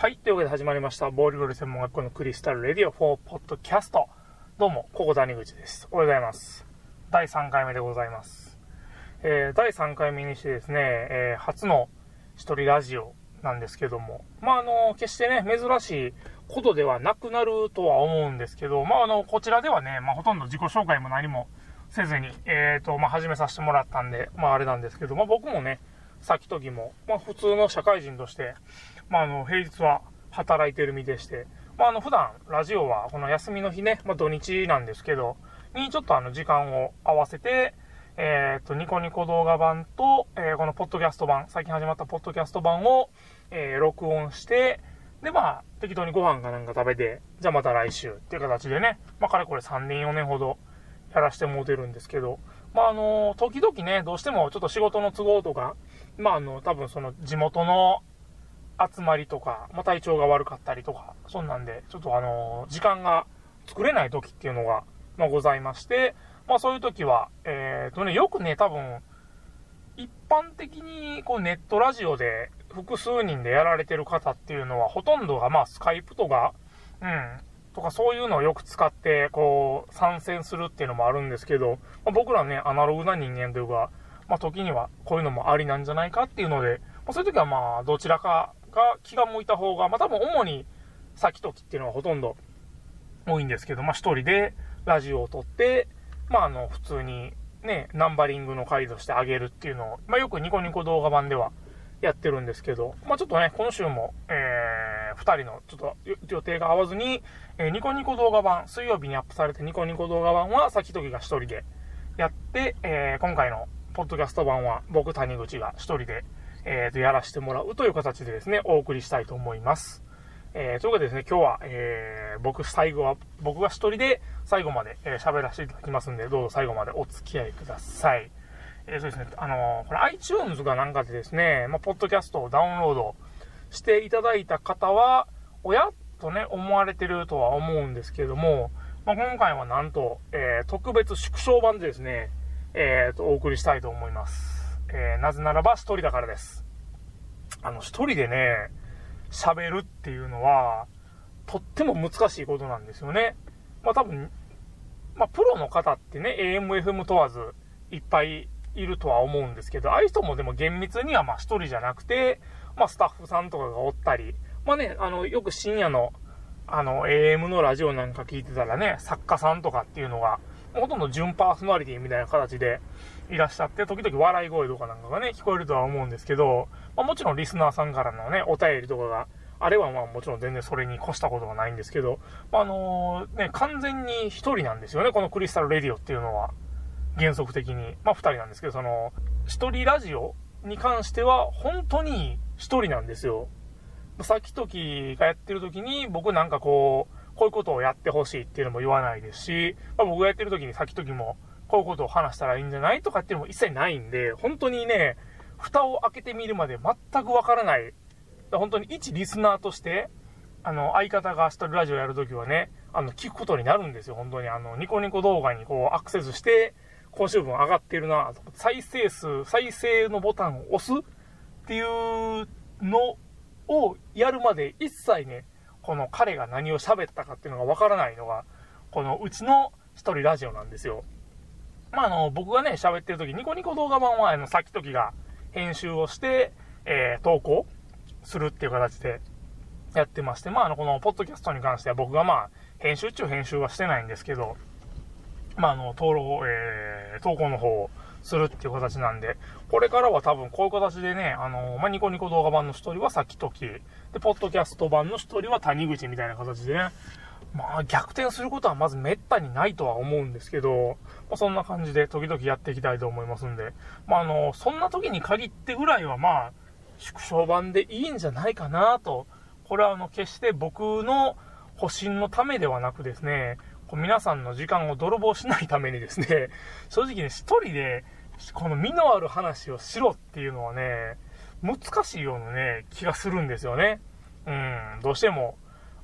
はい。というわけで始まりました。ボーリゴル専門学校のクリスタルレディオ4ポッドキャスト。どうも、ここ谷口です。おはようございます。第3回目でございます。第3回目にしてですね、初の一人ラジオなんですけども、決してね、珍しいことではなくなるとは思うんですけど、こちらではね、ほとんど自己紹介も何もせずに、始めさせてもらったんで、あれなんですけど、僕もね、先々も、普通の社会人として、平日は働いてる身でして、普段、ラジオは、この休みの日ね、土日なんですけど、にちょっと時間を合わせて、ニコニコ動画版と、このポッドキャスト版、最近始まったポッドキャスト版を、録音して、で、適当にご飯かなんか食べて、じゃあまた来週っていう形でね、かれこれ3年4年ほどやらしてもうてるんですけど、時々ね、どうしてもちょっと仕事の都合とか、多分その地元の集まりとか、体調が悪かったりとか、そんなんで、ちょっと時間が作れない時っていうのが、ございまして、そういう時は、よくね、多分、一般的にこうネットラジオで複数人でやられてる方っていうのは、ほとんどがスカイプとか、とかそういうのをよく使って、こう、参戦するっていうのもあるんですけど、僕らね、アナログな人間というか、時にはこういうのもありなんじゃないかっていうので、そういう時はどちらかが気が向いた方が、多分主に先々っていうのはほとんど多いんですけど、一人でラジオを撮って、普通にね、ナンバリングの回としてあげるっていうのを、よくニコニコ動画版ではやってるんですけど、ちょっとね、今週も、二人のちょっと予定が合わずに、ニコニコ動画版、水曜日にアップされてニコニコ動画版は先々が一人でやって、今回のポッドキャスト版は僕谷口が一人で、やらせてもらうという形でですね、お送りしたいと思います。というわけでですね、今日は、僕が一人で最後まで喋らせていただきますんで、どうぞ最後までお付き合いください。そうですね、これ iTunes がなんかでですね、ポッドキャストをダウンロードしていただいた方は、おやっとね、思われてるとは思うんですけども、今回はなんと、特別縮小版でですね、お送りしたいと思います。なぜならば一人だからです。一人でね、喋るっていうのは、とっても難しいことなんですよね。多分、プロの方ってね、AM、FM 問わずいっぱいいるとは思うんですけど、ああいう人もでも厳密には一人じゃなくて、スタッフさんとかがおったり、よく深夜の、AM のラジオなんか聞いてたらね、作家さんとかっていうのが、ほとんど準パーソナリティみたいな形でいらっしゃって、時々笑い声とかなんかがね、聞こえるとは思うんですけど、もちろんリスナーさんからのね、お便りとかがあればもちろん全然それに越したことがないんですけど、完全に一人なんですよね、このクリスタルレディオっていうのは。原則的に。二人なんですけど、一人ラジオに関しては本当に一人なんですよ。さっき時がやってる時に僕なんかこういうことをやってほしいっていうのも言わないですし、僕がやってる時にさっき時もこういうことを話したらいいんじゃないとかっていうのも一切ないんで、本当にね、蓋を開けてみるまで全くわからない。本当に一リスナーとして、相方が一人ラジオやるときはね、聞くことになるんですよ、本当に。ニコニコ動画にこうアクセスして、今週分上がってるな、再生のボタンを押すっていうのをやるまで一切ね、この彼が何を喋ったかっていうのがわからないのが、このうちの一人ラジオなんですよ。僕がね、喋ってるとき、ニコニコ動画版は、さっきときが編集をして、投稿するっていう形でやってまして、このポッドキャストに関しては僕が編集はしてないんですけど、投稿の方をするっていう形なんで、これからは多分こういう形でね、ニコニコ動画版の一人はさっきとき、で、ポッドキャスト版の一人は谷口みたいな形でね、逆転することはまず滅多にないとは思うんですけど、そんな感じで時々やっていきたいと思いますんで、そんな時に限ってぐらいは縮小版でいいんじゃないかなと、これは決して僕の保身のためではなくですね、皆さんの時間を泥棒しないためにですね、正直ね、一人でこの身のある話をしろっていうのはね、難しいようなね、気がするんですよね。どうしても、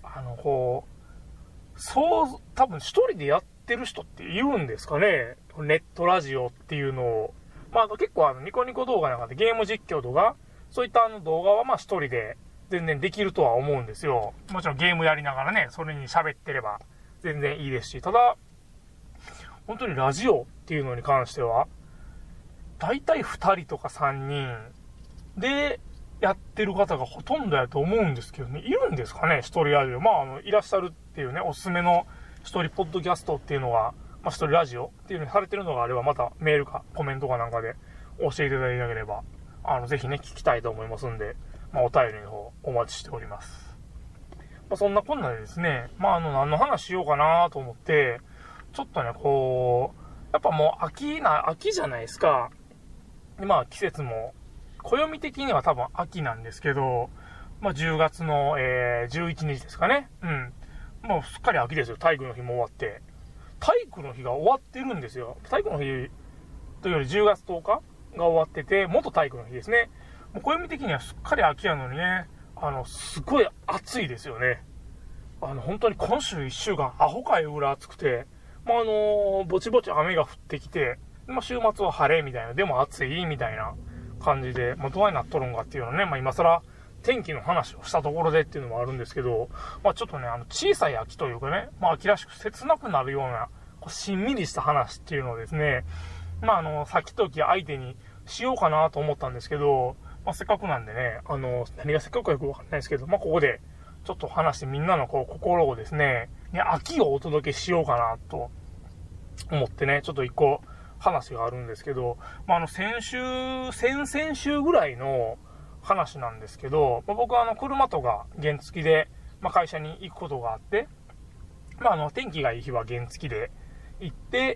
多分一人でやってる人っているんですかね、ネットラジオっていうのを。結構ニコニコ動画なんかでゲーム実況とか、そういった動画は一人で全然できるとは思うんですよ。もちろんゲームやりながらね、それに喋ってれば全然いいですし、ただ、本当にラジオっていうのに関しては、だいたい2人とか3人でやってる方がほとんどやと思うんですけどね、いるんですかね、一人ラジオ。いらっしゃるっていうね、おすすめの一人ポッドキャストっていうのが、一人ラジオっていうのにされてるのがあれば、またメールかコメントかなんかで教えていただければ、ぜひね、聞きたいと思いますんで、お便りの方お待ちしております。そんなこんなでですね、何の話しようかなと思って、ちょっとね、やっぱもう秋じゃないですか。季節も、暦的には多分秋なんですけど、10月の、11日ですかね。もうすっかり秋ですよ。体育の日も終わって。体育の日が終わってるんですよ。体育の日というより10月10日が終わってて、元体育の日ですね。もう暦的にはすっかり秋やのにね、すごい暑いですよね。本当に今週1週間、アホかいうぐらい暑くて、ぼちぼち雨が降ってきて、週末は晴れみたいな、でも暑いみたいな感じで、どうになっとるんかっていうのね、今更天気の話をしたところでっていうのもあるんですけど、ちょっとね、小さい秋というかね、秋らしく切なくなるような、しんみりした話っていうのをですね、先々相手にしようかなと思ったんですけど、せっかくなんでね、何がせっかくかよくわかんないですけど、ここで、ちょっと話してみんなの心をですね、秋をお届けしようかなと思ってね、ちょっと一個話があるんですけど、先々週ぐらいの話なんですけど、僕は車とか原付で、会社に行くことがあって、天気がいい日は原付で行って、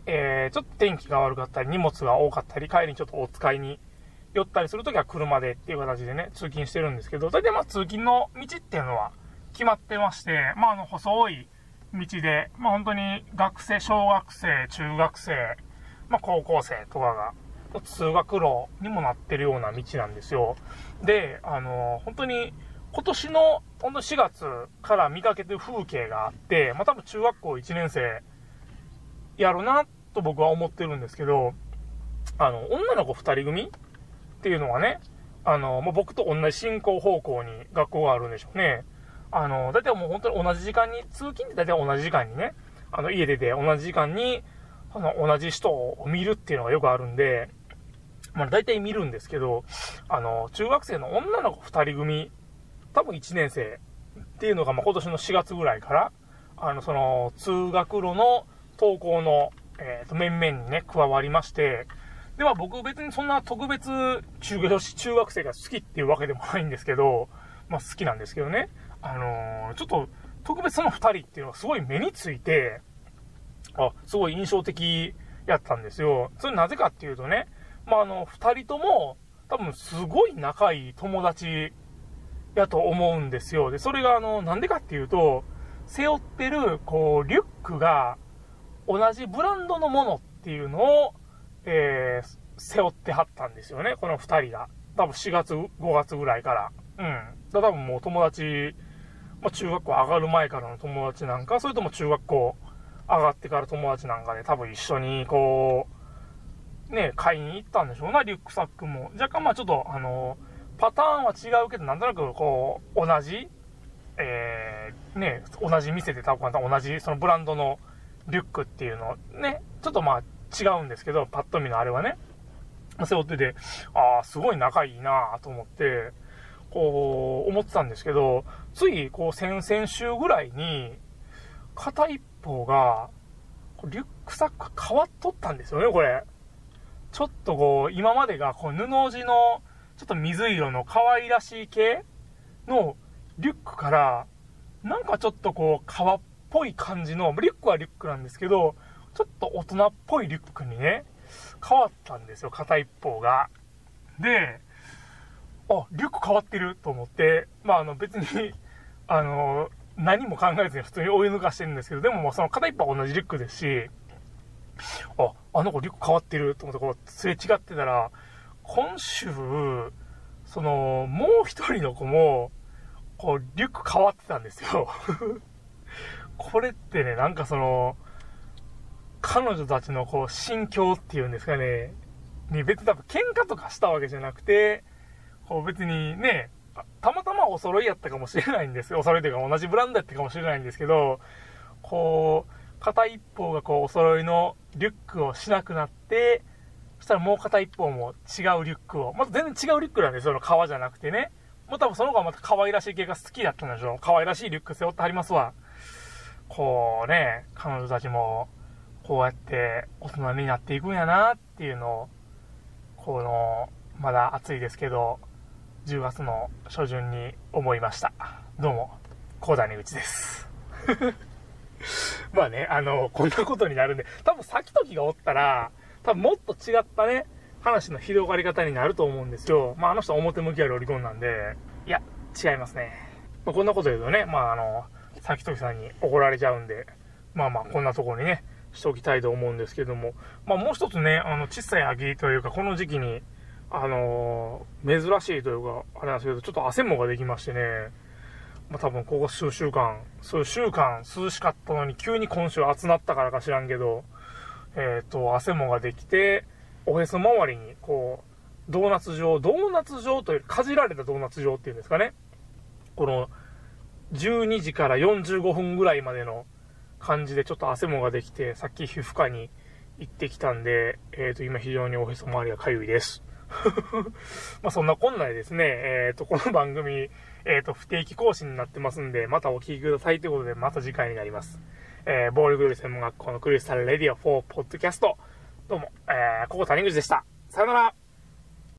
ちょっと天気が悪かったり、荷物が多かったり、帰りにちょっとお使いに寄ったりするときは車でっていう形でね、通勤してるんですけど、大体通勤の道っていうのは決まってまして、細い道で、本当に学生、小学生、中学生、高校生とかが、通学路にもなってるような道なんですよ。で、本当に、今年の、本当4月から見かけてる風景があって、多分中学校1年生、やるな、と僕は思ってるんですけど、女の子2人組っていうのはね、僕と同じ進行方向に学校があるんでしょうね。だいたいもう本当に同じ時間に、通勤ってだいたい同じ時間にね、家出て同じ時間に、同じ人を見るっていうのがよくあるんで、だいたい見るんですけど、中学生の女の子2人組、多分1年生っていうのが、今年の4月ぐらいから、通学路の登校の、面々にね、加わりまして、では僕別にそんな特別中学生が好きっていうわけでもないんですけど、好きなんですけどね、ちょっと特別その2人っていうのがすごい目について、すごい印象的やったんですよ。それなぜかっていうとね、2人とも多分すごい仲いい友達やと思うんですよ。で、それがなんでかっていうと、背負ってる、リュックが同じブランドのものっていうのを、背負ってはったんですよね、この2人が。多分4月、5月ぐらいから。多分もう友達、中学校上がる前からの友達なんか、それとも中学校上がってから友達なんかで多分一緒に買いに行ったんでしょうな、リュックサックも。若干ちょっとパターンは違うけど、なんとなく同じ、同じ店で多分同じそのブランドのリュックっていうのね、ちょっと違うんですけど、パッと見のあれはね、背負ってて、すごい仲いいなと思って、思ってたんですけど、つい、先々週ぐらいに、片一方が、リュックサック変わっとったんですよね、これ。ちょっと今までが、布地の、ちょっと水色の可愛らしい系のリュックから、なんかちょっと革っぽい感じの、リュックはリュックなんですけど、ちょっと大人っぽいリュックにね、変わったんですよ、片一方が。で、リュック変わってると思って、別に、何も考えずに普通に追い抜かしてるんですけど、でもその片一方は同じリュックですし、あの子リュック変わってると思ってすれ違ってたら、今週、もう一人の子も、リュック変わってたんですよ。これってね、なんか彼女たちの心境っていうんですかね、別に多分喧嘩とかしたわけじゃなくて、別にね、 たまたまお揃いやったかもしれないんですよ。お揃いというか同じブランドやったかもしれないんですけど、こう、片一方がこうお揃いのリュックをしなくなって、そしたらもう片一方も違うリュックを、また全然違うリュックなんですよ、その革じゃなくてね。もう多分その子はまた可愛らしい系が好きだったんでしょう。可愛らしいリュック背負ってはりますわ。こうね、彼女たちも、こうやって大人になっていくんやなっていうのを、この、まだ暑いですけど、10月の初旬に思いました。どうも、小谷口です。まあね、こんなことになるんで、多分先時がおったら、多分もっと違ったね、話の広がり方になると思うんですよ。まああの人は表向きはロリコンなんで、いや、違いますね。まあ、こんなこと言うとね、まあ先時さんに怒られちゃうんで、まあまあこんなところにね、しておきたいと思うんですけども、まあもう一つね、小さい秋というか、この時期に、珍しいというか、あれなんですけど、ちょっと汗もができましてね、まあ多分ここ数週間涼しかったのに急に今週暑なったからか知らんけど、汗もができて、おへそ周りに、こう、ドーナツ状という、かじられたドーナツ状っていうんですかね。この、12時から45分ぐらいまでの感じでちょっと汗もができて、さっき皮膚科に行ってきたんで、今非常におへそ周りがかゆいです。まあそんなこんなでですね、この番組、不定期更新になってますんで、またお聞きくださいということで、また次回になります。暴力料理専門学校のクリスタルレディオ4ポッドキャスト。どうも、ここ谷口でした。さよなら。